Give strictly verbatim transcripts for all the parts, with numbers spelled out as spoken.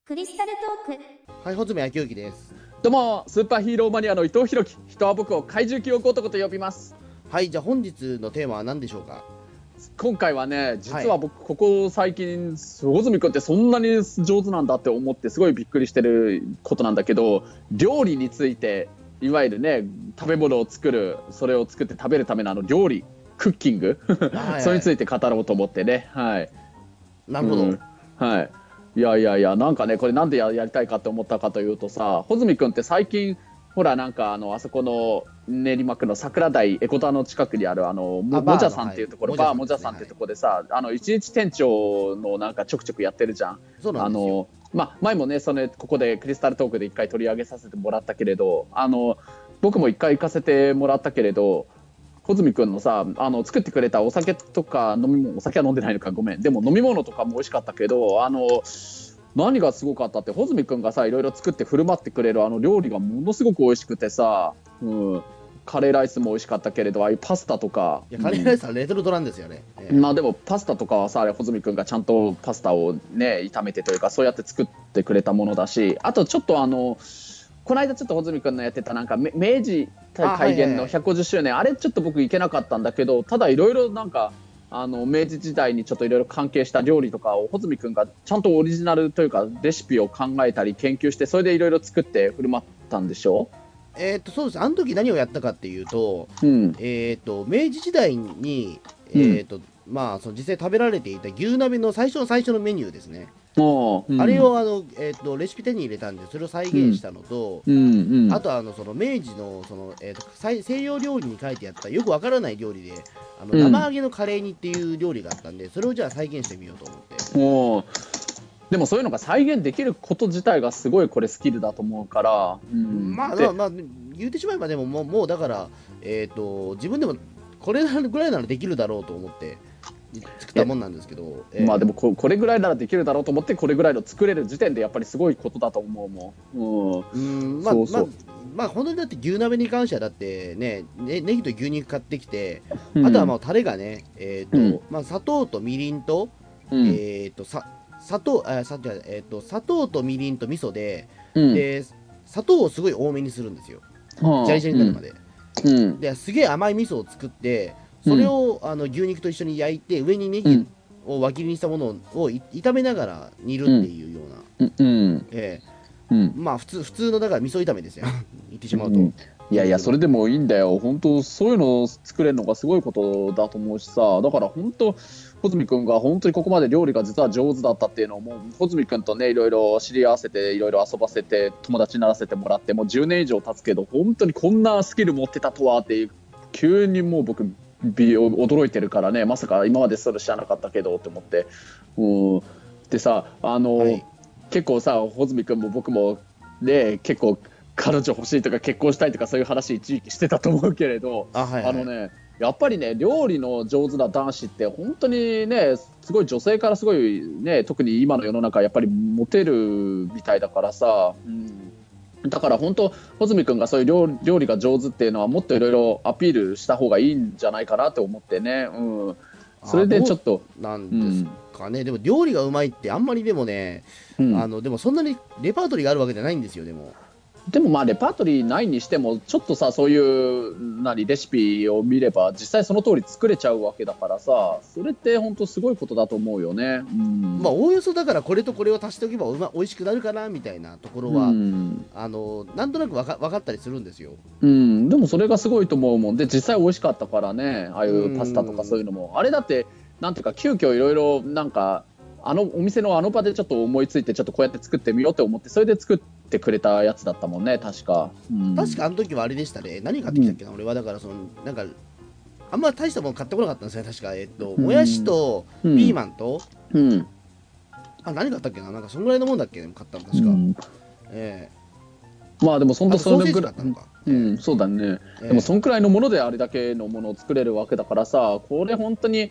クリスタルトーク。 はい、穂積昭之です。 どうもスーパーヒーローマニアの伊藤弘樹。人は僕を怪獣記憶男と呼びます。 はい、じゃあ本日のテーマは何でしょうか。 今回はね、実は僕、はい、ここ最近穂積君ってそんなに上手なんだって思ってすごいびっくりしてることなんだけど、料理について、いわゆるね食べ物を作る、それを作って食べるためのあの料理、クッキングそれについて語ろうと思ってね。はい、 なるほど、うん、 はい。いやいやいや、なんかね、これなんで や, やりたいかって思ったかというとさ、穂積君って最近ほらなんかあのあそこの練馬区の桜台エコタの近くにあるあのももじゃさんっていうところ、バーもじゃさんっていうところでさ、あの一日店長のなんかちょくちょくやってるじゃん。 そうなんですよ。 あのまあ、前もねそのここでクリスタルトークで一回取り上げさせてもらったけれど、あの僕も一回行かせてもらったけれど、穂積君のさ、あの作ってくれたお酒とか飲み物、お酒は飲んでないのかごめん、でも飲み物とかも美味しかったけど、あの何がすごかったって穂積君がさいろいろ作って振る舞ってくれるあの料理がものすごく美味しくてさ、うん、カレーライスも美味しかったけれど、ああいうパスタとか、 いやカレーライスはレトルトなんですよね、 うんえー、まあでもパスタとかはさ穂積君がちゃんとパスタをね炒めてというかそうやって作ってくれたものだし、あとちょっとあのこの間ちょっと穂積君のやってたなんか明治開元のひゃくごじゅっしゅうねん あ,、はいはいはい、あれちょっと僕行けなかったんだけど、ただいろいろなんかあの明治時代にちょっといろいろ関係した料理とかを穂積君がちゃんとオリジナルというかレシピを考えたり研究して、それでいろいろ作って振る舞ったんでしょ。 えー、っとそうです。あの時何をやったかっていうと、 うん、 えー、っと明治時代に、えー、っと、うん、まあその実際食べられていた牛鍋の最初の最初のメニューですね。うん、あれをあの、えー、とレシピ手に入れたんでそれを再現したのと、うんうんうん、あとあのその明治の、その、えー、と西洋料理に書いてあったよくわからない料理であの、うん、生揚げのカレー煮っていう料理があったんで、それをじゃあ再現してみようと思って。 おでもそういうのが再現できること自体がすごいこれスキルだと思うから、 うん、まあまあまあ言うてしまえばでももう、もうだから、えー、と自分でもこれぐらいならできるだろうと思って作ったもんなんですけど、 えー、まあでも こ, これぐらいならできるだろうと思ってこれぐらいの作れる時点でやっぱりすごいことだと思うもん。うん、 うんまあそうそう、まあまあ、本当にだって牛鍋に関してはだってね、ねネギと牛肉買ってきて、うん、あとはまあタレがね、えーとうんまあ、砂糖とみりんと、うん、えーとさ砂糖あさじゃえーと砂糖とみりんと味噌で、うん、で砂糖をすごい多めにするんですよ、はあ、ジャリジャリになるまで、うん、ですげえ甘い味噌を作ってそれを、うん、あの牛肉と一緒に焼いて上にネギを輪切りにしたものを炒めながら煮るっていうような、うんうんえーうん、まあ普通普通のだから味噌炒めですよ言ってしまうと、うん、 いやいやそれでもいいんだよ。本当そういうのを作れるのがすごいことだと思うしさ、だから本当穂積君が本当にここまで料理が実は上手だったっていうのをもう穂積君とねいろいろ知り合わせていろいろ遊ばせて友達にならせてもらってもうじゅうねん以上経つけど、本当にこんなスキル持ってたとはっていう急にもう僕驚いてるからね、まさか今までそれ知らなかったけどって思って、うんでさあの、はい、結構さ穂積君も僕もね結構彼女欲しいとか結婚したいとかそういう話一時期してたと思うけれど、あ、はいはい、あのねやっぱりね料理の上手な男子って本当にねすごい女性からすごいね特に今の世の中やっぱりモテるみたいだからさ、うんだから本当穂積君がそういう 料, 料理が上手っていうのはもっといろいろアピールした方がいいんじゃないかなと思ってね、うん、それでちょっとなんですかね、うん、でも料理がうまいってあんまりでもね、うん、あのでもそんなにレパートリーがあるわけじゃないんですよ。でもでもまあレパートリーないにしてもちょっとさそういう何レシピを見れば実際その通り作れちゃうわけだからさ、それって本当すごいことだと思うよね、うん、 まあおおよそだからこれとこれを足しておけばうま美味しくなるかなみたいなところは、うん、あのなんとなく分か、分かったりするんですよ、 うん、でもそれがすごいと思うもんで、実際美味しかったからね、ああいうパスタとかそういうのも、あれだってなんていうか急遽いろいろなんかあのお店のあの場でちょっと思いついてちょっとこうやって作ってみようと思ってそれで作ってくれたやつだったもんね確か、 うん、確かあの時はあれでしたね。何買ってきたっけな、うん、俺はだからそのなんかあんま大したもの買ってこなかったんですよ確か、えっと、うん、もやしとピーマンと、うん、あ何買ったっけな、なんかそんぐらいのもんだっけ買ったの確か、うん、えー、まあでもそんなそれぐらいうん、そうだね、えー、でもそんくらいのものであれだけのものを作れるわけだからさ、これ本当に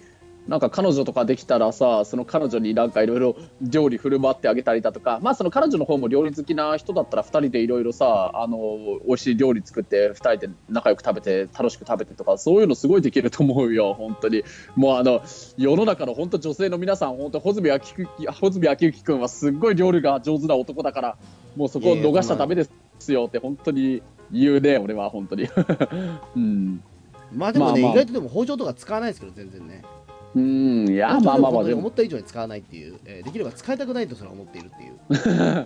なんか彼女とかできたらさ、その彼女になんかいろいろ料理振る舞ってあげたりだとか、まあその彼女の方も料理好きな人だったらふたりでいろいろさ、あの美味しい料理作ってふたりで仲良く食べて楽しく食べてとか、そういうのすごいできると思うよ本当に。もうあの世の中の本当女性の皆さん、本当穂積昭之穂積昭之君はすっごい料理が上手な男だから、もうそこを逃しちゃダメですよって本当に言うね、俺は本当に。うん、 まあでもね、 まあまあ意外とでも包丁とか使わないですけど全然ね。 うん、いや包丁でもまあまあまあでも本当に思った以上に使わないっていう、えーできれば使いたくないとそれは思っているっていう。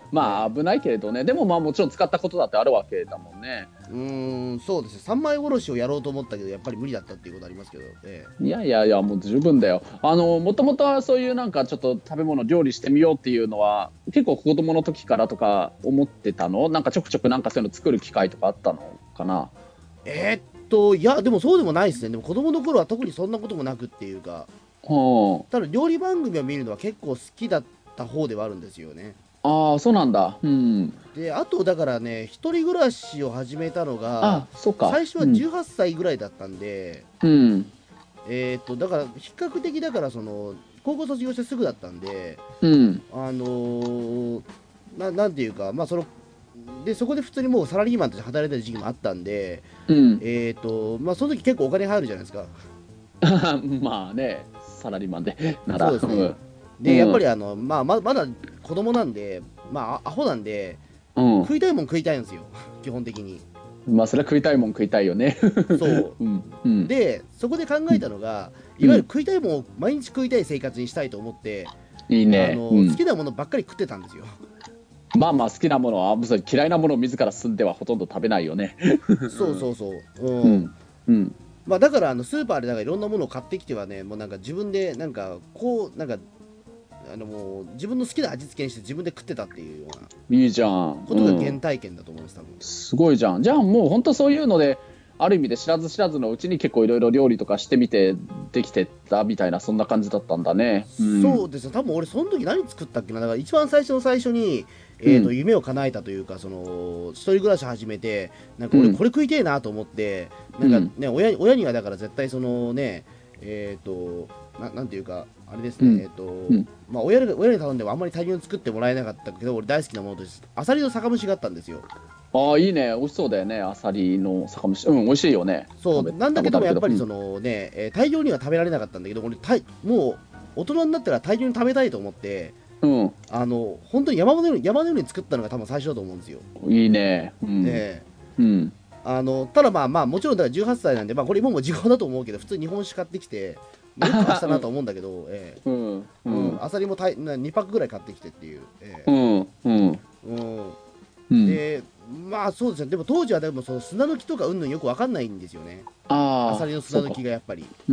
まあ危ないけれどね、でもまあもちろん使ったことだってあるわけだもんね。 うーん、そうですね、三枚おろしをやろうと思ったけどやっぱり無理だったっていうことありますけど、えいやいやいや、もう十分だよ。あのもともとはそういうなんかちょっと食べ物料理してみようっていうのは結構子供の時からとか思ってたの？なんかちょくちょくなんかそういうの作る機会とかあったのかな？ ーえーっといやでもそうでもないですね。でも子供の頃は特にそんなこともなくっていうか、 はただ料理番組を見るのは結構好きだった方ではあるんですよね。 あ、あーそうなんだ。うん。 であとだからね、一人暮らしを始めたのがあ、そっか。 最初はじゅうはっさいぐらいだったんで、 うん。 えーっとだから比較的だからその高校卒業してすぐだったんで、 うん。 あのーななんていうか、まあそのでそこで普通にもうサラリーマンとして働いてた時期もあったんで、 うん。 えーとまあ、その時結構お金入るじゃないですか。 まあね、サラリーマンでなら。 そうですね。で、やっぱりあの、まあ、ままだ子供なんで、まあ、アホなんで、 うん。うん。 食いたいもん食いたいんですよ、基本的に。 まあそれは食いたいもん食いたいよね。 そうん。うう。 ん。 で、そこで考えたのが、 うんいわゆる食いたいもんを毎日食いたい生活にしたいと思って、 いいね。うあの好ん。 きなものばっかり食ってたんですよ。 まあまあ好きなものは、それ嫌いなものを自ら住んではほとんど食べないよね。 そうそうそう。うん。 うん。うん。 まあ、だからあのスーパーでなんかいろんなものを買ってきてはね、もうなんか自分でなんかこうなんかあのもう自分の好きな味付けにして自分で食ってたっていうようないいじゃん。 ことが原うん。 体験だと思います、多分。 すごいじゃん。じゃあもう本当そういうので、ある意味で知らず知らずのうちに結構いろいろ料理とかしてみてできてったみたいな、そんな感じだったんだね。うん。 そうですね、多分俺その時何作ったっけな。だから一番最初の最初に、えー、とうん。 夢を叶えたというか、その一人暮らし始めて、なんかうん。 俺これ食いてえなと思って、なんかうん。 ね、親親にはだから絶対そのね、えっ、とな、なんていうかあれですね、えうん。 っ、とうん。 まあ親に親に頼んでもあんまり大量に作ってもらえなかったけど、俺大好きなものとしてアサリの酒蒸しがあったんですよ。 ああ、いいね。美味しそうだよね。アサリの酒蒸し。うん、美味しいよね。 そう食べなんだけども、 たことあるけど。 やっぱりそのね、えー大量には食べられなかったんだけど、俺たいもう大人になったら大量に食べたいと思って、 うん。 あの本当に山のように山のように作ったのが多分最初だと思うんですよ。 うん。いいね。うん。 えうん。 えあのただまあまあもちろんだからじゅうはっさいなんで、まあ、これ今も時効だと思うけど、普通に日本酒買ってきて、まあ、よくはしたなと思うんだけど、ええうん。ううん、 ん。 アサリもたいなにパックぐらい買ってきてっていう、えうん。うん。 えうんうん。 でまあそうですね。でも当時はでもその砂抜きとかうんぬんよくわかんないんですよね、アサああ、 リの砂抜そうか。 きがやっぱり。 うん。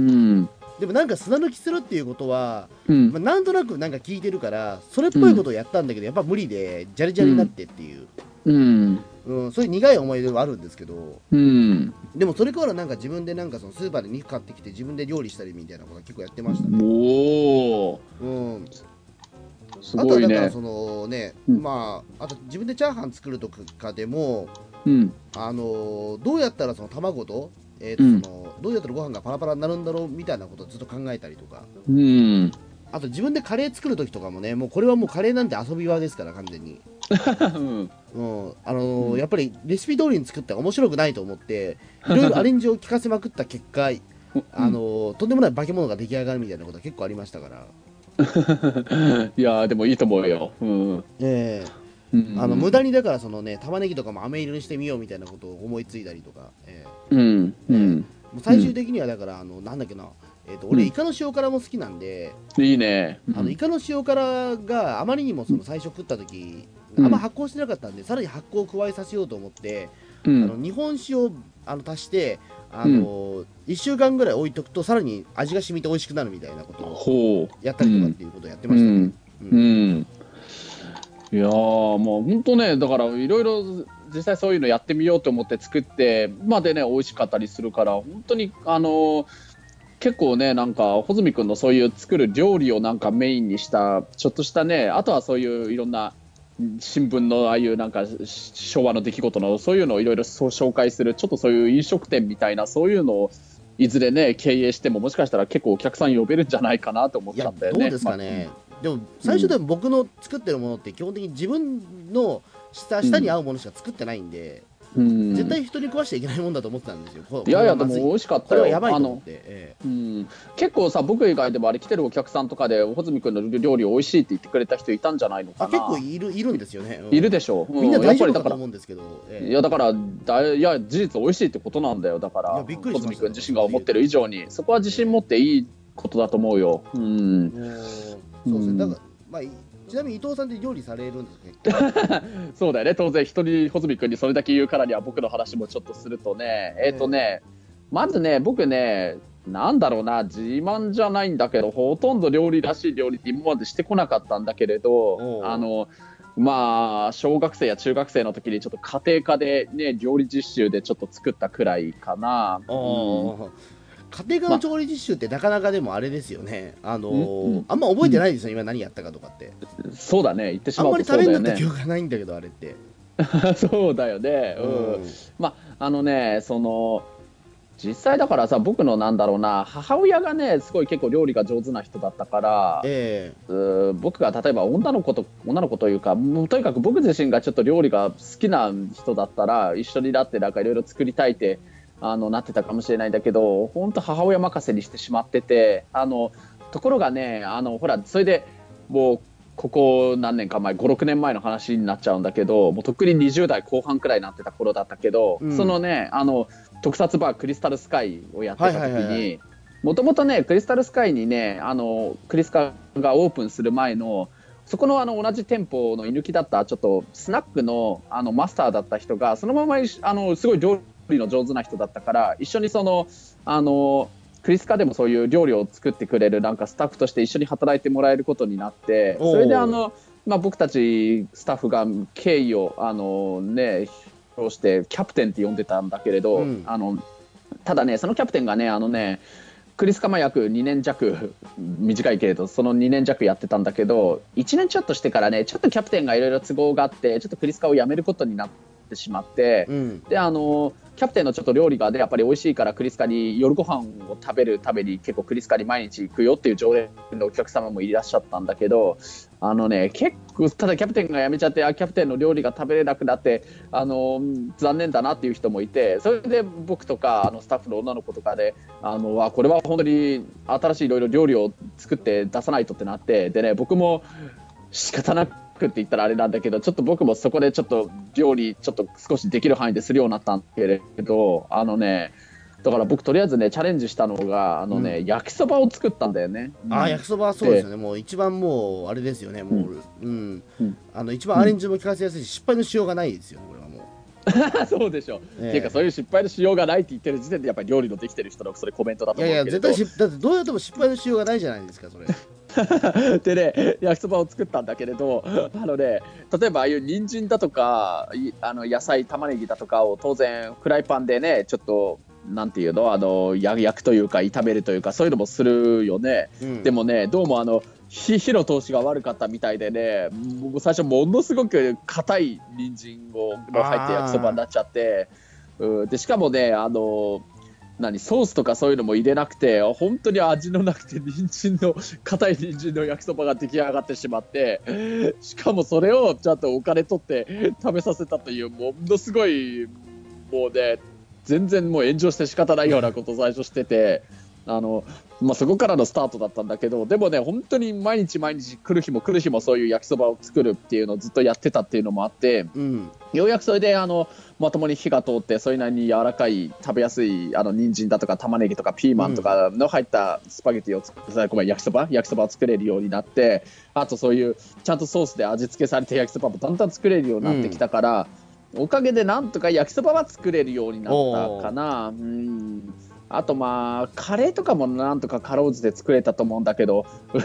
でもなんか砂抜きするっていうことは、 うん。 まあ、なんとなくなんか聞いてるから、それっうん。 ぽいことをやったんだけど、やっぱ無理でジャリジャリになっうん。 てっていう、 うん。 うん、そういう苦い思い出はあるんですけど、 うん。 でもそれからなんか自分でなんかそのスーパーで肉買ってきて自分で料理したりみたいなことは結構やってましたね。 おお、 うん、 すあとはごいね。 だからそのね、 うん。 まああと自分でチャーハン作るとかでも、 うん。 あのどうやったらその卵と、えー、 うん。 とそのどうやったらご飯がパラパラになるんだろうみたいなことをずっと考えたりとか、 うん。 あと自分でカレー作るときとかもね、もうこれはもうカレーなんて遊び場ですから完全に。 うん。 うん、あのーうん。 やっぱりレシピ通りに作って面白くないと思っていろいろアレンジを聞かせまくった結果、あのーとんでもない化け物が出来上がるみたいなことが結構ありましたから。 いやーでもいいと思うよ。うん。 ええうあの無駄ん。 にだからそのね玉ねぎとかも飴色にしてみようみたいなことを思いついたりとか、えうん。 えええうん。 もううん。 最終的にはだからあのなんだっけな、えー、とうん。 俺イカの塩辛も好きなんで、 いいね。うん。 あのイカの塩辛があまりにもその最初食った時うん。 あんま発酵してなかったんで、さらに発酵を加えさせようと思って、 うん。 あの日本酒をあの足してあうん。 のいっしゅうかんぐらい置いとくとさらに味が染みて美味しくなるみたいなことをほやっう。 たりとかっうん。 ていうことをやってましたね。 うん。 ううん、 ん。いやーもう本当ね、だからいろいろ実際そういうのやってみようと思って作ってまでね美味しかったりするから、本当にあのー結構ね、なんか穂積君のそういう作る料理をなんかメインにしたちょっとしたね、あとはそういういろんな新聞のああいうなんか昭和の出来事のそういうのをいろいろそう紹介する、ちょっとそういう飲食店みたいなそういうのをいずれね経営してももしかしたら結構お客さん呼べるんじゃないかなと思っいやたんだよね。 どうですかね、まあ、でも最初でも僕の作ってるものって基本的に自分の下下に合うものしか作ってないんで、うん、絶対人に食わしちゃいけないもんだと思ってたんですよ。 いやいやでも美味しかったよ。 これはやばいと思って、ええ、 うん、結構さ僕以外でもあれ来てるお客さんとかで穂積君の料理美味しいって言ってくれた人いたんじゃないのかな。 あ結構いるいるんですよね、 うん、いるでしょ、うん、 みんな大丈夫だと思うんですけど、 ええ、いやだからだいや事実美味しいってことなんだよ。だから穂積君自身が思ってる以上にそこは自信持っていいことだと思うよ。うん、 そうですね。だからまあちなみに伊藤さんって料理されるんですか？ そうだよね、当然人に穂積君にそれだけ言うからには僕の話もちょっとするとね、えっ、ー、とね、まずね僕ねなんだろうな自慢じゃないんだけどほとんど料理らしい料理って今までしてこなかったんだけれど、あのまあ小学生や中学生の時にちょっと家庭科でね料理実習でちょっと作ったくらいかな。 家庭科の調理実習ってなかなかでもあれですよね、あのーうん、あんま覚えてないですよ、うん、今何やったかとかって。 そうだね言ってしまうとそうだよね。あんまり食べになった記憶がないんだけどあれってそうだよね、うんうん、まああのねその実際だからさ僕のなんだろうな母親がねすごい結構料理が上手な人だったから、えー、僕が例えば女の子と女の子というかもうとにかく僕自身がちょっと料理が好きな人だったら一緒になってなんかいろいろ作りたいってあのなってたかもしれないんだけど本当母親任せにしてしまってて、あのところがねあのほらそれでもうここ何年か前ごろくねんまえの話になっちゃうんだけどもうとっくににじゅう代後半くらいになってた頃だったけど、うん、そのねあの特撮バークリスタルスカイをやってた時にもともとねクリスタルスカイにねあのクリスカがオープンする前のそこ の, あの同じ店舗の居抜きだったちょっとスナック の, あのマスターだった人がそのままあのすごい料理の上手な人だったから一緒にそのあのクリスカでもそういう料理を作ってくれるなんかスタッフとして一緒に働いてもらえることになってそれであの、まあ、僕たちスタッフが敬意をあのね表してキャプテンって呼んでたんだけれど、うん、あのただねそのキャプテンがねあのねクリスカマ約にねん弱短いけれどそのにねん弱やってたんだけどいちねんちょっとしてからねちょっとキャプテンがいろいろ都合があってちょっとクリスカを辞めることになってしまって、うん、であのキャプテンのちょっと料理がでやっぱり美味しいからクリスカに夜ご飯を食べるために結構クリスカに毎日行くよっていう常連のお客様もいらっしゃったんだけどあのね結構ただキャプテンが辞めちゃってあキャプテンの料理が食べれなくなってあの残念だなっていう人もいてそれで僕とかあのスタッフの女の子とかであのあこれは本当に新しいいろいろ料理を作って出さないとってなってでね僕も仕方なくって言ったらあれなんだけどちょっと僕もそこでちょっと料理ちょっと少しできる範囲でするようになったんだけれどあのねだから僕とりあえずねチャレンジしたのがあのね、うん、焼きそばを作ったんだよね。 あ、うん、焼きそばはそうですよね。もう一番もうあれですよねもう、うんうん、あの一番アレンジも聞かせやすいし、失敗のしようがないですよこれはもうそうでしょ、えー、っていうかそういう失敗のしようがないって言ってる時点でやっぱり料理のできてる人のそれコメントだと思うけどいやいや絶対だってどうやっても失敗のしようがないじゃないですかそれでね焼きそばを作ったんだけれどあのね例えばああいう人参だとかあの野菜玉ねぎだとかを当然フライパンでねちょっとなんていうのあの焼くというか炒めるというかそういうのもするよね、うん、でもねどうもあの火, 火の通しが悪かったみたいでね僕最初ものすごく硬い人参をの入って焼きそばになっちゃって、うん、でしかもねあの何ソースとかそういうのも入れなくて本当に味のなくて人参の硬い人参の焼きそばが出来上がってしまってしかもそれをちゃんとお金取って食べさせたというものすごいもうね全然もう炎上して仕方ないようなことを最初しててあの、まあ、そこからのスタートだったんだけどでもね本当に毎日毎日来る日も来る日もそういう焼きそばを作るっていうのをずっとやってたっていうのもあって、うん、ようやくそれであのまともに火が通ってそれなりに柔らかい食べやすいあの人参だとか玉ねぎとかピーマンとかの入ったスパゲティを作って、ごめん焼きそば焼きそばを作れるようになってあとそういうちゃんとソースで味付けされた焼きそばもだんだん作れるようになってきたから、うん、おかげでなんとか焼きそばは作れるようになったかな。うんあとまあカレーとかもなんとかかろうじて作れたと思うんだけど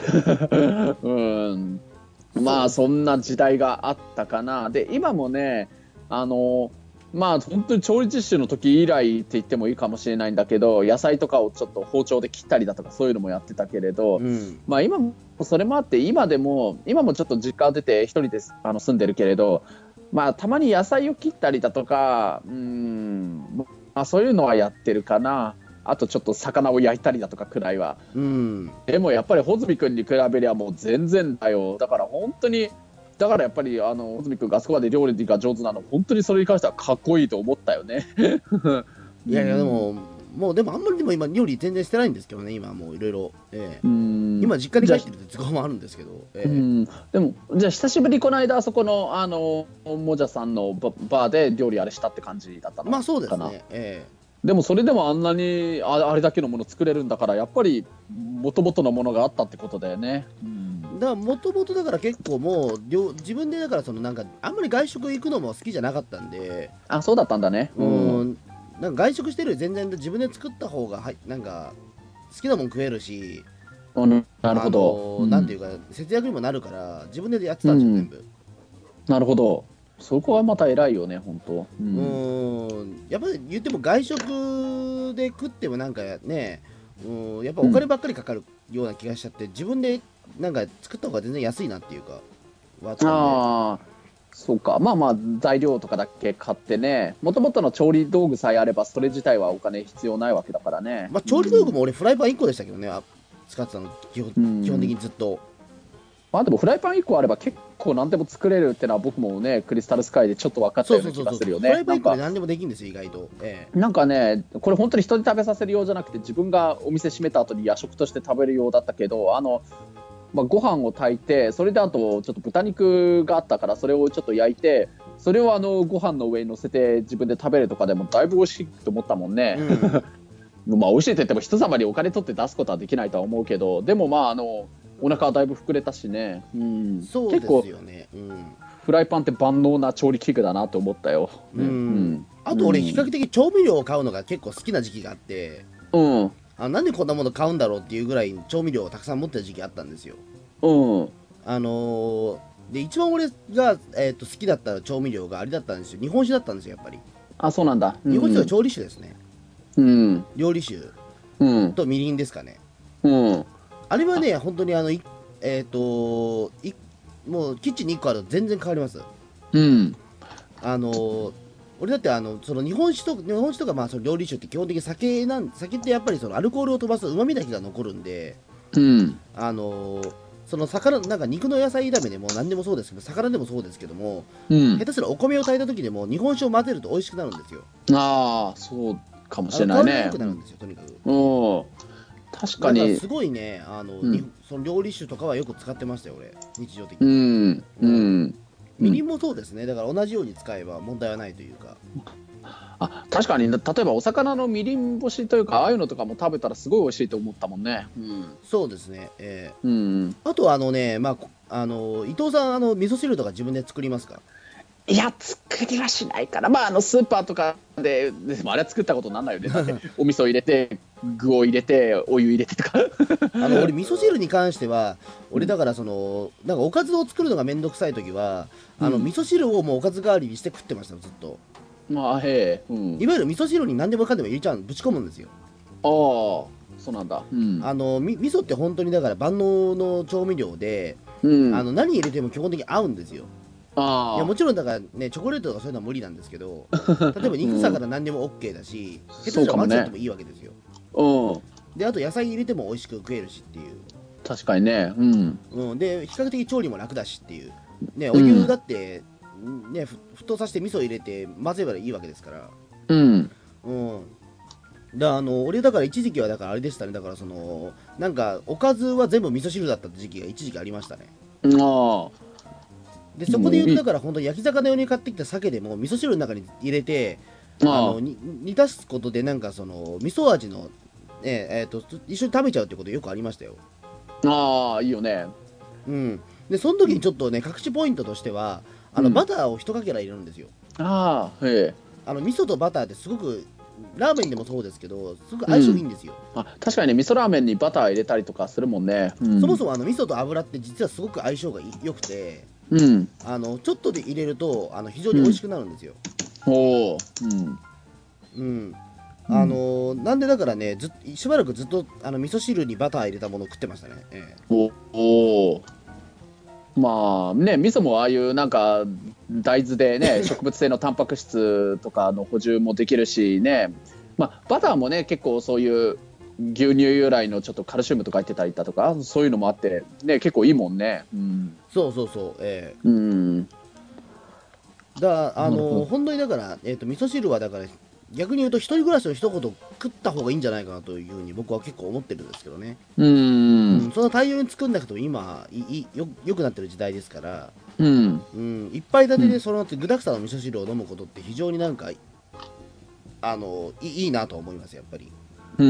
うんまあそんな時代があったかな。で今もねあのまあ本当に調理実習の時以来って言ってもいいかもしれないんだけど野菜とかをちょっと包丁で切ったりだとかそういうのもやってたけれど、うん、まあ今もそれもあって今でも今もちょっと実家出て一人であの住んでるけれどまあたまに野菜を切ったりだとかうん、まあ、そういうのはやってるかな。 あとちょっと魚を焼いたりだとかくらいは、 うん、 でもやっぱり穂積君に比べりゃもう全然だよ。だから本当にだからやっぱりあの穂積君があそこまで料理が上手なの本当にそれに関してはかっこいいと思ったよね。 いやいやでも、もうでもあんまりでも今料理全然してないんですけどね、今もういろいろ、ええ、今実家に帰ってるって都合もあるんですけど、ええ、 うんでもじゃあ久しぶりこの間あそこのあのもじゃさんのババーで料理あれしたって感じだったのかな。 まあそうですね、ええ、 でもそれでもあんなに あ, あれだけのもの作れるんだからやっぱり元々のものがあったってことだよね。うん、 だからもともとだから結構もう料自分でだからそのなんかあんまり外食行くのも好きじゃなかったんで、 あそうだったんだね。 うん、なんか外食してるより全然自分で作った方がはいなんか好きなもん食えるし、 うん、なるほど、 あのー、なんていうか節約にもなるから自分でやってたんですよ、全部。 なるほど、そこはまた偉いよね本当。 うん、んやっぱり言っても外食で食ってもなんかね、うん、やっぱお金ばっかりかかるような気がしちゃって、自分でなんか作った方が全然安いなっていうかはあったんで。 ああそうか、まあまあ材料とかだけ買ってね、もともとの調理道具さえあればそれ自体はお金必要ないわけだからね。 まあ調理道具も俺フライパンいっこでしたけどね、あ使ってたの基本、基本的にずっと。 まあでもフライパンいっこあれば結構何でも作れるってのは僕もねクリスタルスカイでちょっと分かったような気がするよね。 フライパンいっこで何でもできるんですよ意外と、ええ、 なんかねこれ本当に人に食べさせるようじゃなくて自分がお店閉めた後に夜食として食べるようだったけど、あのまあ、ご飯を炊いてそれであとちょっと豚肉があったからそれをちょっと焼いてそれをあのご飯の上に乗せて自分で食べるとかでもだいぶ美味しいと思ったもんね。うん、まあ美味しいって言っても人様にお金取って出すことはできないとは思うけど、でもまああのお腹はだいぶ膨れたしね、うん、 そうですよね、うん、 フライパンって万能な調理器具だなと思ったよ。 うん、うん、あと俺比較的調味料を買うのが結構好きな時期があって、うん、あなんでこんなもの買うんだろうっていうぐらい調味料をたくさん持ってた時期あったんですよ。うん、あのー、で一番俺が、えー、と好きだった調味料があれだったんですよ、日本酒だったんですよやっぱり。 あそうなんだ、 うん、日本酒は調理酒ですね、うん、料理酒、うん、とみりんですかね、うん、あれはね本当にあのいえっ、ー、といもうキッチンにいっこあると全然変わります。うん、あのー俺だってあのその日本酒と日本酒とかまあその料理酒って基本的に酒なん酒ってやっぱりそのアルコールを飛ばす旨味だけが残るんで、うん、あのー、その魚なんか肉の野菜炒めでも何でもそうですけど魚でもそうですけども、うん、下手すらお米を炊いた時でも日本酒を混ぜると美味しくなるんですよ。 ああそうかもしれないね。 香りが良くなるんですよとにかく。 うん確かにすごいねあの、うん、その料理酒とかはよく使ってましたよ俺日常的に。うんうん、うんみりんもそうですね、だから同じように使えば問題はないというか。 あ確かに例えばお魚のみりん干しというかああいうのとかも食べたらすごい美味しいと思ったもんね。うん、 そうですね、えーうん、あとあのね、まあ、あの伊藤さんあの味噌汁とか自分で作りますか？ いや作りはしないから、まあ、あのスーパーとかででもあれは作ったことにならないよね。だってお味噌入れて具を入れてお湯入れてとかあの俺味噌汁に関しては俺だからそのなんかおかずを作るのがめんどくさい時は、うん、あの味噌汁をもうおかず代わりにして食ってましたずっと。 まあへえ、うん、 いわゆる味噌汁に何でもかんでも入れちゃうぶち込むんですよ。 ああそうなんだ、うん、 あのみ味噌って本当にだから万能の調味料で、うん、あの何入れても基本的に合うんですよ。あいやもちろんだからねチョコレートとかそういうのは無理なんですけど例えば肉魚何でも OK だし、うん、下手したら混ぜてもいいわけですよ。うん、であと野菜入れても美味しく食えるしっていう。 確かにね、うんうん、で比較的調理も楽だしっていう、ね、お湯だって、ね、沸騰させて味噌入れて混ぜればいいわけですから。うん、うん、だあの俺だから一時期はだからあれでしたね、だからそのなんかおかずは全部味噌汁だったって時期が一時期ありましたね。ああでそこで言うとだから本当に焼き魚用に買ってきた鮭でも味噌汁の中に入れてあのに煮出すことでなんかその味噌味の、ねえー、と一緒に食べちゃうってことよくありましたよ。 ああいいよね。 うんでその時にちょっとね隠しポイントとしてはあの、うん、バターを一かけら入れるんですよ。ああへえあの味噌とバターってすごくラーメンでもそうですけどすごく相性いいんですよ。 うん、あ確かにね味噌ラーメンにバター入れたりとかするもんね。 うん、そもそもあの味噌と油って実はすごく相性が良くて、うん、あのちょっとで入れるとあの非常に美味しくなるんですよ。うん、おうんうんあのー、なんでだからねずしばらくずっとあの味噌汁にバター入れたものを食ってましたね。ええ、おおまあね味噌もああいうなんか大豆でね植物性のタンパク質とかの補充もできるしね、 まあ、バターもね結構そういう牛乳由来のちょっとカルシウムとか入ってたりだとかそういうのもあってね結構いいもんね。うん、 そうそうそう、えうん、 ー、だあなるほど。 の本当にだから、えー、と味噌汁はだから逆に言うと一人暮らしの一言食った方がいいんじゃないかなというふうに僕は結構思ってるんですけどね。 うん、 うん、そんな大量に作んなくても今いいよよくなってる時代ですから、 うん、 うん、一杯立うん、 てでその具沢山の味噌汁を飲むことって非常になんかあのいいいなと思いますやっぱり。 うん、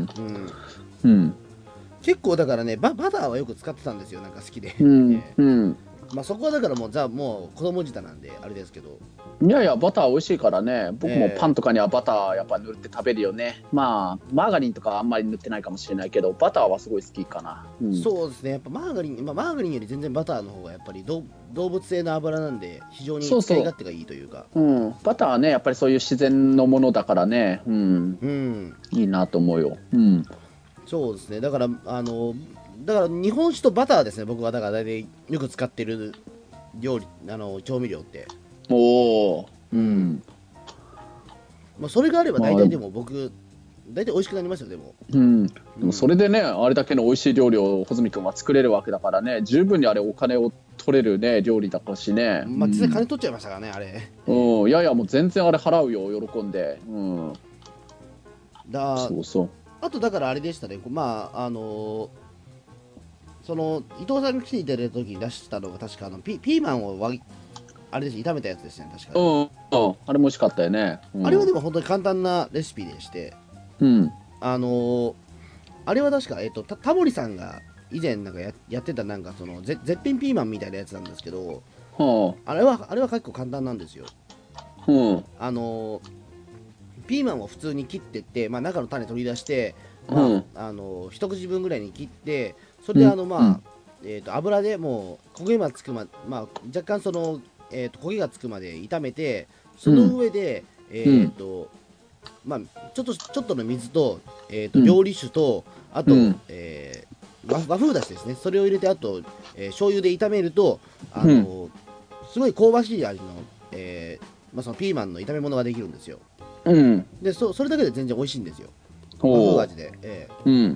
うん、 うん、 結構だからねバ、バターはよく使ってたんですよ、なんか好きで。 うん、 えうん。 ーまあ、そこはだからもう、ザ、もう子供舌なんで、あれですけど、 いやいや、バター美味しいからね。僕もパンえとかにはバターやっぱ塗って食べるよね。まあ、マーガリンとかあんまり塗ってないかもしれないけど、バターはすごい好きかな。うー、 ん。 そうですね、やっぱマーガリン、まあ、マーガリンより全然バターの方がやっぱり動動物性の油なんで、非常にそうそ使い勝手がいいというか、 う。うん。バターはね、やっぱりそういう自然のものだからね。うん。 うん、 いいなと思うよ。うん。 そうですね、だから、あの、だから日本酒とバターですね、僕はだから大体よく使ってる料理、あの調味料って。 おお。 うん、 うん。 まあ、それがあればまあ、 大体でも僕、大体美味しくなりますよ、でも。 うん。でもそうん、 れでね、あれだけの美味しい料理を穂積君は作れるわけだからね、十分にあれお金を取れるね、料理だからしね。うまあ、実際ん。 金取っちゃいましたからね、あれ。えうん。いやいや、もう全然あれ払うよ、喜んで。うん。 ー、だそうそう。 あとだからあれでしたね、まあ、あのその伊藤さんが来ていただいた時に出したのが確かあのピピーマンをわぎあれです炒めたやつですね、確か。 うん、うん、あれも美味しかったよね。うん、 あれはでも本当に簡単なレシピでして、 うん、 あのーあれは確か、えっと、たタモリさんが以前なんかややってたなんかそのぜ絶品ピーマンみたいなやつなんですけど、 はあれはあれは結構簡単なんですよ。 あ、うん、 あのーピーマンを普通に切ってって、まあ、中の種取り出して、まうん、 ああのー一口分ぐらいに切って、それうん、 であのうん、 まあ、えー、と油でもう焦げがつくま、まあ、若干その、えー、と焦げがつくまで炒めて、そのうん、 上で、えーうん、 とまあ、ちょっとちょっとの水と,、えー、とうん、 料理酒とあと、 うん、 えー和和風だしですね、それを入れてあと、えー、醤油で炒めると、あうん、 のすごい香ばしい味の、えーまあ、そのピーマンの炒め物ができるんですよ。 うん、 でそそれだけで全然美味しいんですよ、和風おー、 味で。えうん、うん、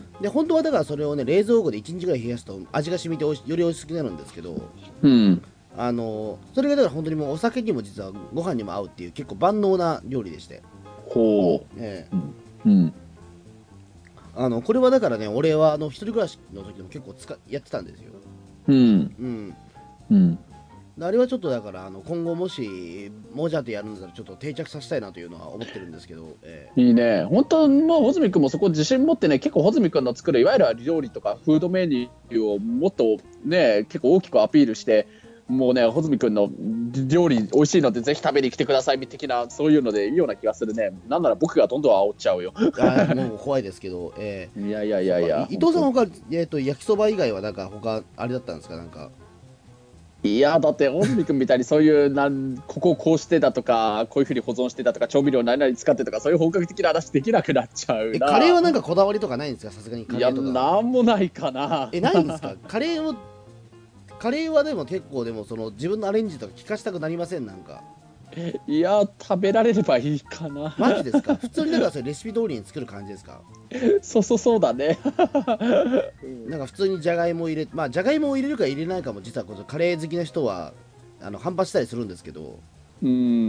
ーで本当はだからそれをね冷蔵庫でいちにちぐらい冷やすと味が染みておいしより美味しくなるんですけど、 うん、 あのそれがだから本当にもうお酒にも実はご飯にも合うっていう結構万能な料理でして、 ほえう、うん、うん、 ーあのこれはだからね俺はあの一人暮らしの時でも結構使やってたんですよ。 うん、 うん、 うん。 あれはちょっとだからあの今後もしもじゃとやるんだったらちょっと定着させたいなというのは思ってるんですけど、えいいね。本当、まあ、穂積君もそこ自信持ってね、結構穂積君の作るいわゆる料理とかフードメニューをもっとね、結構大きくアピールして、もうね、穂積君の料理美味しいのでぜひ食べに来てください的な、そういうのでいいような気がするね。なんなら僕がどんどん煽っちゃうよ。 ー、あもう怖いですけど、えいやいやーそうかいいやいや、 伊藤さん本他、えー、と焼きそば以外はなんか他あれだったんですか、なんか。 当。いや、だって穂積君みたいにそういうなんここをこうしてだとか、こういうふうに保存してだとか、調味料何々使ってとか、そういう本格的な話できなくなっちゃうえカレーな。 はなんかこだわりとかないんですか、さすがにカいや、 レーとか。 なんもないかな。 えないんですかカレーをカレーはでも結構でもその自分のアレンジとか聞かしたくなりません、なんか。 いや、食べられればいいかな。 マジですか、普通にだからそれレシピ通りに作る感じですか。 そうそうそうだね。 なんか普通にじゃがいも入れまあじゃがいもを入れるか入れないかも実はこのカレー好きな人はあの反発したりするんですけど、 うん。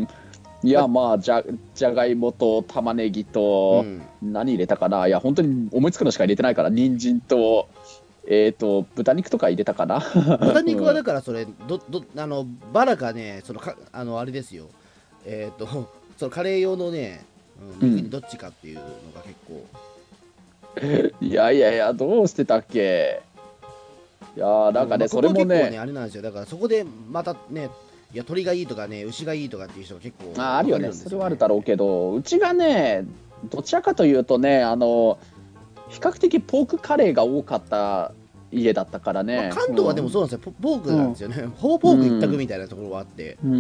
いまあ、 や、まあ、じゃ、じゃがいもと玉ねぎと、 うん、 何入れたかな。いや、本当に思いつくのしか入れてないから、人参と、えっと、豚肉とか入れたかな。 豚肉はうん。 だからそれどどあのバラかね、そのかあのあれですよ、えっ、とそのカレー用のね、うん、肉にうん。 どっちかっていうのが結構。 いやいやいや、どうしてたっけ。いやー、なんうん、まあ、 かね、そここは結構ね、 れもね、 あれなんですよ。だからそこでまたね、いや、鳥がいいとかね、牛がいいとかっていう人が結構あ、ある分かれよね。それはあるるんですよね。 だろうけど、うちがね、どちらかというとね、あの、比較的ポークカレーが多かった家だったからまあ、 ね。 関東はでもそうなんですよ。ポポークうん。 なんですよね。ほぼポーク一択みたいなところはあって、 うん。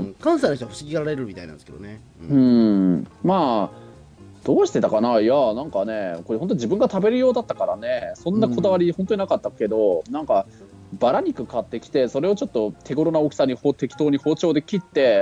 うん、関西の人は不思議がられるみたいなんですけどね。ううん、 ん。まあ、どうしてたかな。いや、なんかね、これ本当自分が食べるようだったからね、そんなこだわうん、 り本当になかったけど、なんか、 バラ肉買ってきて、それをちょっと手頃な大きさにほ適当に包丁で切って、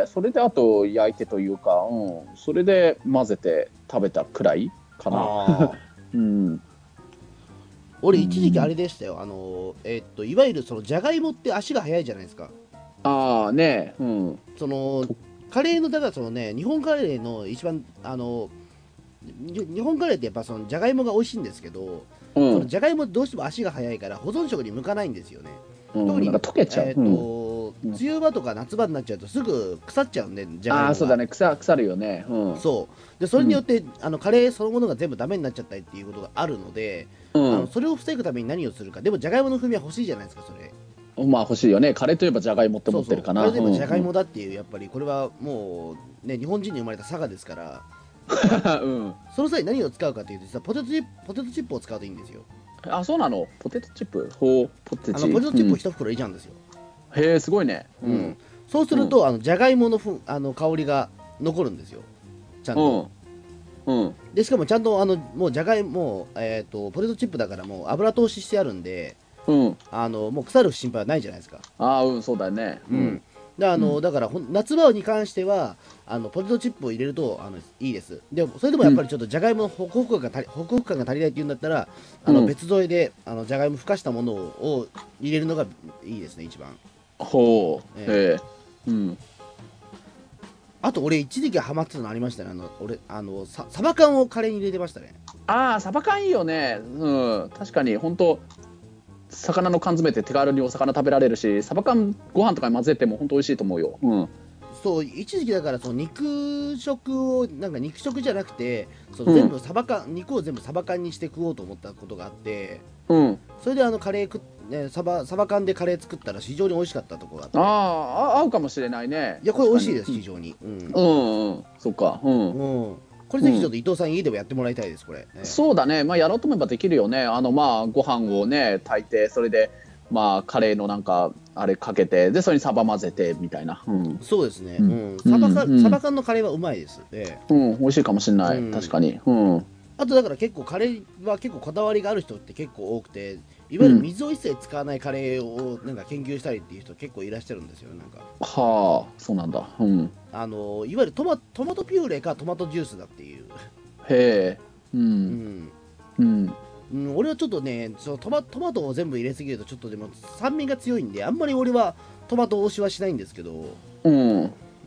それであと焼いてというか、うん、それで混ぜて食べたくらいかな。 あうん、 俺一時期あれでしたよ、あのえーっといわゆるそのじゃがいもって足が速いじゃないですか。 ああね、うん、 そのカレーのだからそのね日本カレーの一番あのに日本カレーってやっぱそのじゃがいもが美味しいんですけど、そのうん、 じゃがいもどうしても足が速いから保存食に向かないんですよね。特うん、 になんか溶けちゃう。 えーっうん、 と梅雨場とか夏場になっちゃうとすぐ腐っちゃうんでじゃがいああ、 もが。 そうだね、腐腐るよね。うん、 そうでそれによって、あのカレーそのものが全部ダメになっちゃったりっていうことがあるので、 うん、 あのそれを防ぐために何をするか。でもじゃがいもの風味は欲しいじゃないですかそれ。 まあ欲しいよね。カレーといえばじゃがいもってそうそう、 思ってるかな。 これでもじゃがいうん、 もだっていう、やっぱりこれはもうね日本人に生まれた佐賀ですから、 うん、 その際何を使うかというと実はポテトチップポテトチップを使うといいんですよ。 あ、そうなの。ポテトチップ、ほう、ポテチ。 あのポテトチップをうん、 一袋入れちゃうんですよ。 へえ、すごいね。 うん、そうすると、あのじゃがいものふあの香りが残るんですよちゃんと。 うん、うん、 でしかもちゃんとあのもうじゃがいも、えー、とポテトチップだからもう油通ししてあるんで、 うん、 あのもう腐る心配はないじゃないですか。 ああ、うん、そうだね。 うん、であの、 うんだからほん夏場に関してはあのポテトチップを入れるとあのいいです。でもそれでもやっぱりちょっとじゃがいものホクホク感が足りホクホク感が足りないっていうんだったら、あのうん、 別添えであのじゃがいもふかしたものをを入れるのがいいですね一番。 ほう、 えへえ、うん。 あと俺一時期ハマってたのありましたね。あの俺あのササバ缶をカレーに入れてましたね。 ああ、サバ缶いいよね。うん、確かに、本当魚の缶詰って手軽にお魚食べられるし、サバ缶ご飯とかに混ぜても本当美味しいと思うよ。うん、 そう一時期だからその肉食をなんか肉食じゃなくてそのうん、 全部サバ缶、肉を全部サバ缶にして食おうと思ったことがあって、 うん。 それであのカレー食っね、サバサバ缶でカレー作ったら非常に美味しかったところがあって、 ああ、あ合うかもしれないね。 いやこれ美味しいです確かに。 非常に。うん、 うん、うん、そっか。うん。 うん、これぜひちょっと伊藤さん家でもやってもらいたいですこれ、ね。 そうだね、まあ、やろうと思えばできるよね。あのまあご飯をね炊いて、それでまあカレーのなんかあれかけて、でそれにサバ混ぜてみたいな。うん、 そうですね、 ううんん、サバ缶、 うんサバ缶のカレーはうまいです、ね。 うん、美味しいかもしれない、 うん確かに。うん、 あとだから結構カレーは結構こだわりがある人って結構多くて、いわゆる水を一切使わないカレーをなんか研究したりっていう人結構いらっしゃるんですよ。なんかはあ、そうなんだ。うん、 あのいわゆるトマトマトピューレかトマトジュースだっていう、 へえ、う、 うんんうん、 うん、俺はちょっとねそのトマトマトを全部入れすぎるとちょっとでも酸味が強いんであんまり俺はトマト推しはしないんですけど、 うん、 うん、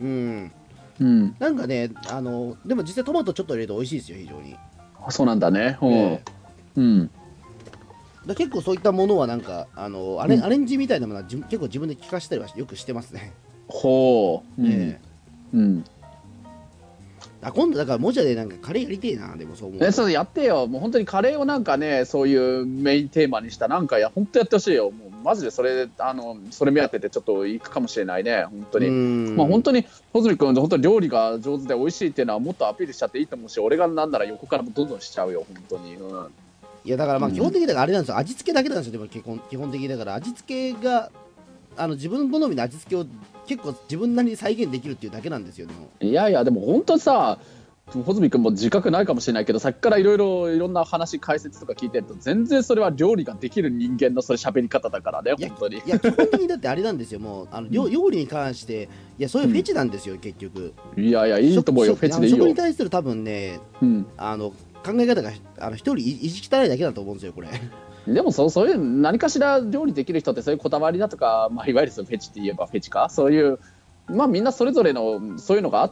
うん、 なんかねあのでも実際トマトちょっと入れると美味しいですよ非常に。 そうなんだね。うん、 えうん、 だ結構そういったものはなんかあのアレ,、 うんアレンジみたいなものは自分結構自分で聞かせたりはよくしてますね。 ほう、うん、 えうん。 あ今度だからもじゃでなんかカレーやりてえな。でもそう思うえ、 とそうやってよ。もう本当にカレーをなんかね、そういうメインテーマにしたなんかや本当やってほしいよ。もうマジでそれあのそれ目当てでちょっと行くかもしれないね。本当うに。 んまあ本当に穂積君本当に料理が上手で美味しいっていうのはもっとアピールしちゃっていいと思うし、俺がなんなら横からもどんどんしちゃうよ本当に。うん。 いやだからまあうん基本的にだからあれなんですよ、味付けだけなんですよ。でも基本基本的にだから味付けがあの自分好みの味付けを結構自分なりに再現できるっていうだけなんですよ。でもいやいやでも本当にさ。穂積君も自覚ないかもしれないけど、さっきからいろいろいろんな話解説とか聞いてると全然それは料理ができる人間のそれ喋り方だからね。 いや本当に。 いや基本的にだってあれなんですよ。もうあの料料理に関していやそういうフェチなんですよ、結局。 いやいやいいと思うよ。 食フェチでいいよ。 食に対する多分ねうんあの考え方があの一人意識汚いだけだと思うんですよこれ。 でもそうそういう何かしら料理できる人ってそういうこだわりだとか、まあ、いわゆるそのフェチって言えばフェチか、そういう、まあ、みんなそれぞれのそういうのがあって、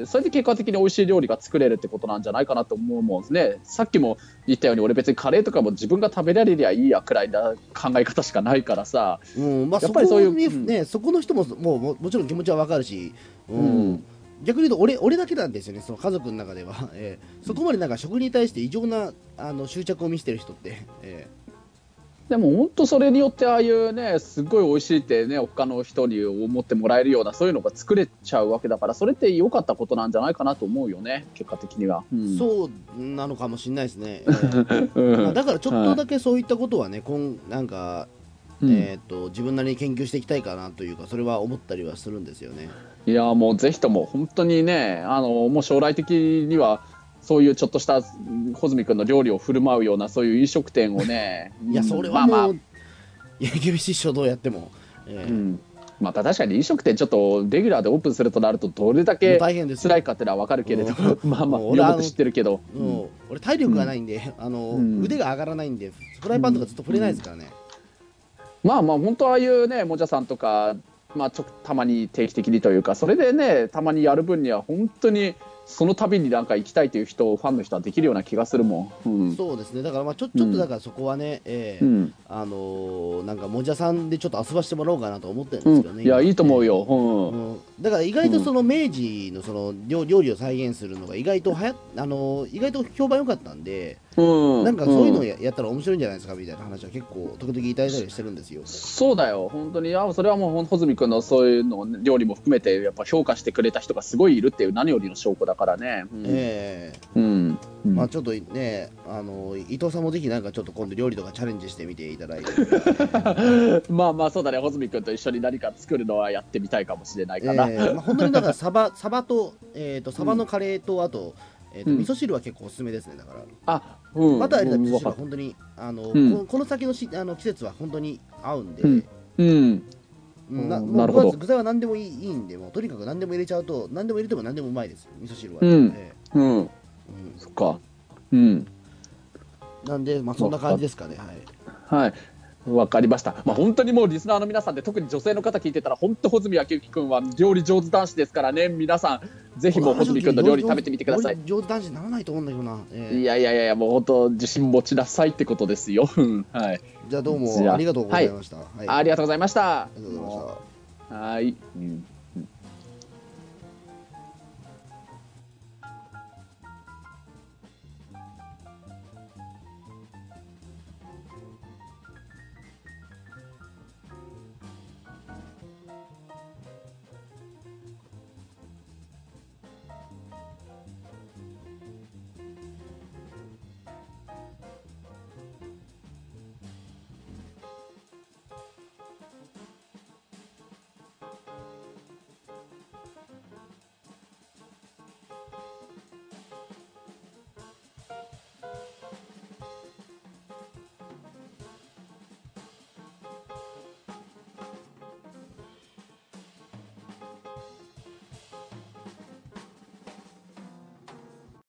それで結果的に美味しい料理が作れるってことなんじゃないかなと思うんですね。さっきも言ったように俺別にカレーとかも自分が食べられりゃいいやくらいな考え方しかないからさ、 うんまあ、 やっぱりそういうそこにね、そこの人ももうももちろん気持ちはわかるし、うんうん逆に言うと俺俺だけなんですよね、その家族の中では、えーそこまでなんか食に対して異常なあの執着を見せてる人って、えでも本当それによってああいうねすごい美味しいってね他の人に思ってもらえるようなそういうのが作れちゃうわけだから、それって良かったことなんじゃないかなと思うよね結果的には。うん、 そうなのかもしれないですね、えーまあだからちょっとだけそういったことはね、こんなんか、 うんえー、と自分なりに研究していきたいかなというか、それは思ったりはするんですよね。 いやもうぜひとも本当にね、あのもう将来的にはそういうちょっとした穂積君の料理を振る舞うようなそういう飲食店をねいやそれはもう、 まあまあいや厳しいっしょどうやっても、えーうん、また確かに飲食店ちょっとレギュラーでオープンするとなるとどれだけ辛いかってのは分かるけれども、まあまあよく知ってるけど、 うん、俺体力がないんで、あの、うん、腕が上がらないんでフライパンとかずっと触れないですからね、 うん、まあまあ本当ああいうねもじゃさんとか、まあ、ちょたまに定期的にというかそれでねたまにやる分には本当にその度になんか行きたいという人ファンの人はできるような気がするもん、うん、 そうですねだからまあちょちょっとだからそこはね、うんえーうん、あのー、なんかもじゃさんでちょっと遊ばしてもらおうかなと思ってるんですけどね、 うん、いやいいと思うよ、うんうん、だから意外とその明治のその料理を再現するのが意外とはやあのー、意外と評判良かったんで、うん、なんかそういうのを や,、やったら面白いんじゃないですかみたいな話は結構時々いただいたりしてるんですよ。 そうだよ本当にあそれはもう穂積君のそういうの料理も含めてやっぱ評価してくれた人がすごいいるっていう何よりの証拠だからね、うん、 ええー、うんうん、まあちょっとねあの伊藤さんもぜひなんかちょっと今度料理とかチャレンジしてみていただいてまあまあそうだね穂積君と一緒に何か作るのはやってみたいかもしれないかな、 えーまあ、本当にだからサバサバと、えー、とサバのカレーとあと、えー、と味噌汁は結構おすすめですねだから、 あうん、 バター入れた味噌汁は本当にあの、うん、こ, この先のしあの季節は本当に合うんで、うんうんなもう具材は何でもいいいいんでもうとにかく何でも入れちゃうと何でも入れても何でもうまいです味噌汁は、 うんえー、うん、うん、そっかうんなんでまあそんな感じですかねはいはいわかりました、まあ、本当にもうリスナーの皆さんで特に女性の方聞いてたら本当穂積昭之君は料理上手男子ですからね皆さんぜひもう穂積君の料理食べてみてください上手男子にならないと思うんだけどな、 えー、いやいやいやもう本当自信持ちなさいってことですよはい、 じゃあどうもありがとうございました、はいはい、ありがとうございましたありがとうございましたはい、うん